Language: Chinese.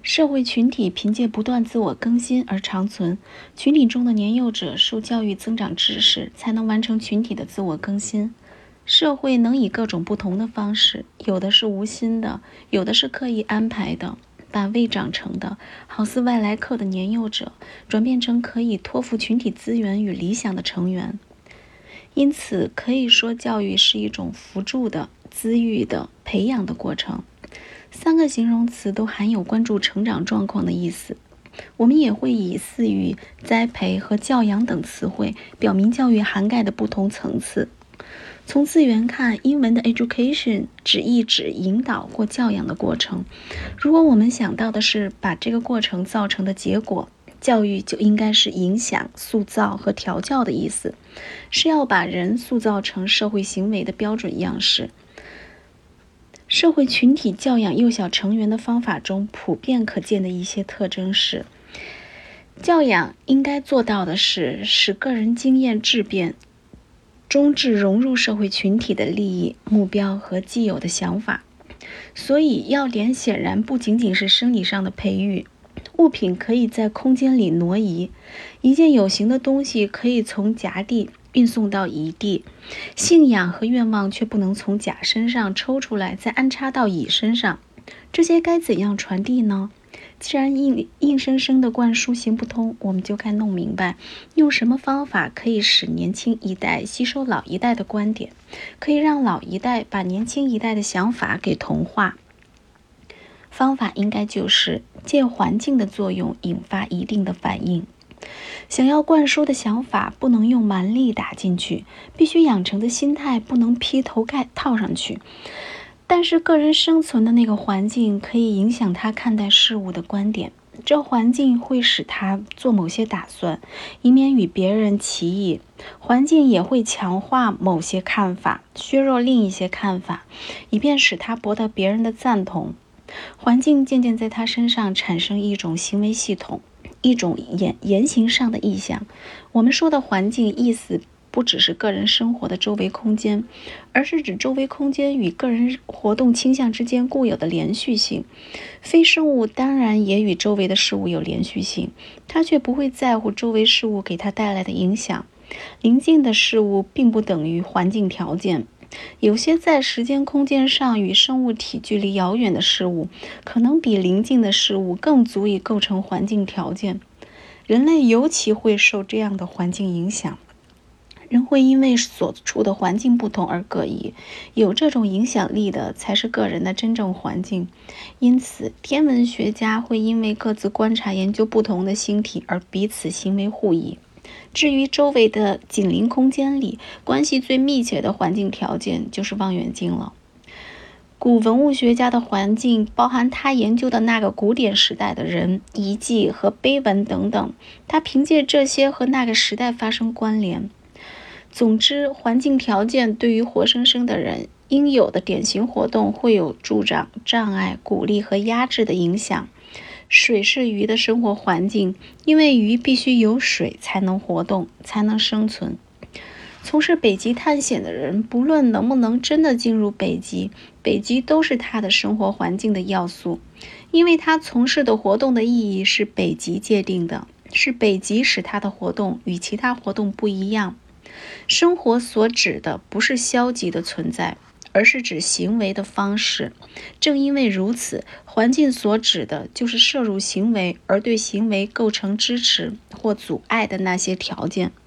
社会群体凭借不断自我更新而长存，群体中的年幼者受教育增长知识，才能完成群体的自我更新。社会能以各种不同的方式，有的是无心的，有的是刻意安排的，把未长成的好似外来客的年幼者转变成可以托付群体资源与理想的成员。因此可以说，教育是一种辅助的、滋育的、培养的过程。三个形容词都含有关注成长状况的意思。我们也会以饲育、栽培和教养等词汇表明教育涵盖的不同层次。从字源看，英文的 education 指引导或教养的过程。如果我们想到的是把这个过程造成的结果，教育就应该是影响、塑造和调教的意思，是要把人塑造成社会行为的标准样式。社会群体教养幼小成员的方法中普遍可见的一些特征是：教养应该做到的是使个人经验质变，终至融入社会群体的利益、目标和既有的想法。所以要点显然不仅仅是生理上的培育，物品可以在空间里挪移，一件有形的东西可以从甲地运送到乙地，信仰和愿望却不能从甲身上抽出来再安插到乙身上。这些该怎样传递呢？既然硬生生的灌输行不通，我们就该弄明白用什么方法可以使年轻一代吸收老一代的观点，可以让老一代把年轻一代的想法给同化。方法应该就是借环境的作用引发一定的反应。想要灌输的想法不能用蛮力打进去，必须养成的心态不能劈头盖套上去。但是个人生存的那个环境可以影响他看待事物的观点，这环境会使他做某些打算，以免与别人歧义。环境也会强化某些看法，削弱另一些看法，以便使他博得别人的赞同。环境渐渐在他身上产生一种行为系统，一种言行上的意向。我们说的环境意思不只是个人生活的周围空间，而是指周围空间与个人活动倾向之间固有的连续性。非生物当然也与周围的事物有连续性，它却不会在乎周围事物给它带来的影响。邻近的事物并不等于环境条件，有些在时间空间上与生物体距离遥远的事物，可能比邻近的事物更足以构成环境条件。人类尤其会受这样的环境影响。人会因为所处的环境不同而各异，有这种影响力的才是个人的真正环境。因此，天文学家会因为各自观察研究不同的星体而彼此行为互异。至于周围的紧邻空间里关系最密切的环境条件，就是望远镜了。古文物学家的环境包含他研究的那个古典时代的人、遗迹和碑文等等，他凭借这些和那个时代发生关联。总之，环境条件对于活生生的人应有的典型活动会有助长、障碍、鼓励和压制的影响。水是鱼的生活环境，因为鱼必须有水才能活动，才能生存。从事北极探险的人，不论能不能真的进入北极，北极都是他的生活环境的要素，因为他从事的活动的意义是北极界定的，是北极使他的活动与其他活动不一样。生活所指的不是消极的存在，而是指行为的方式。正因为如此，环境所指的就是摄入行为而对行为构成支持或阻碍的那些条件。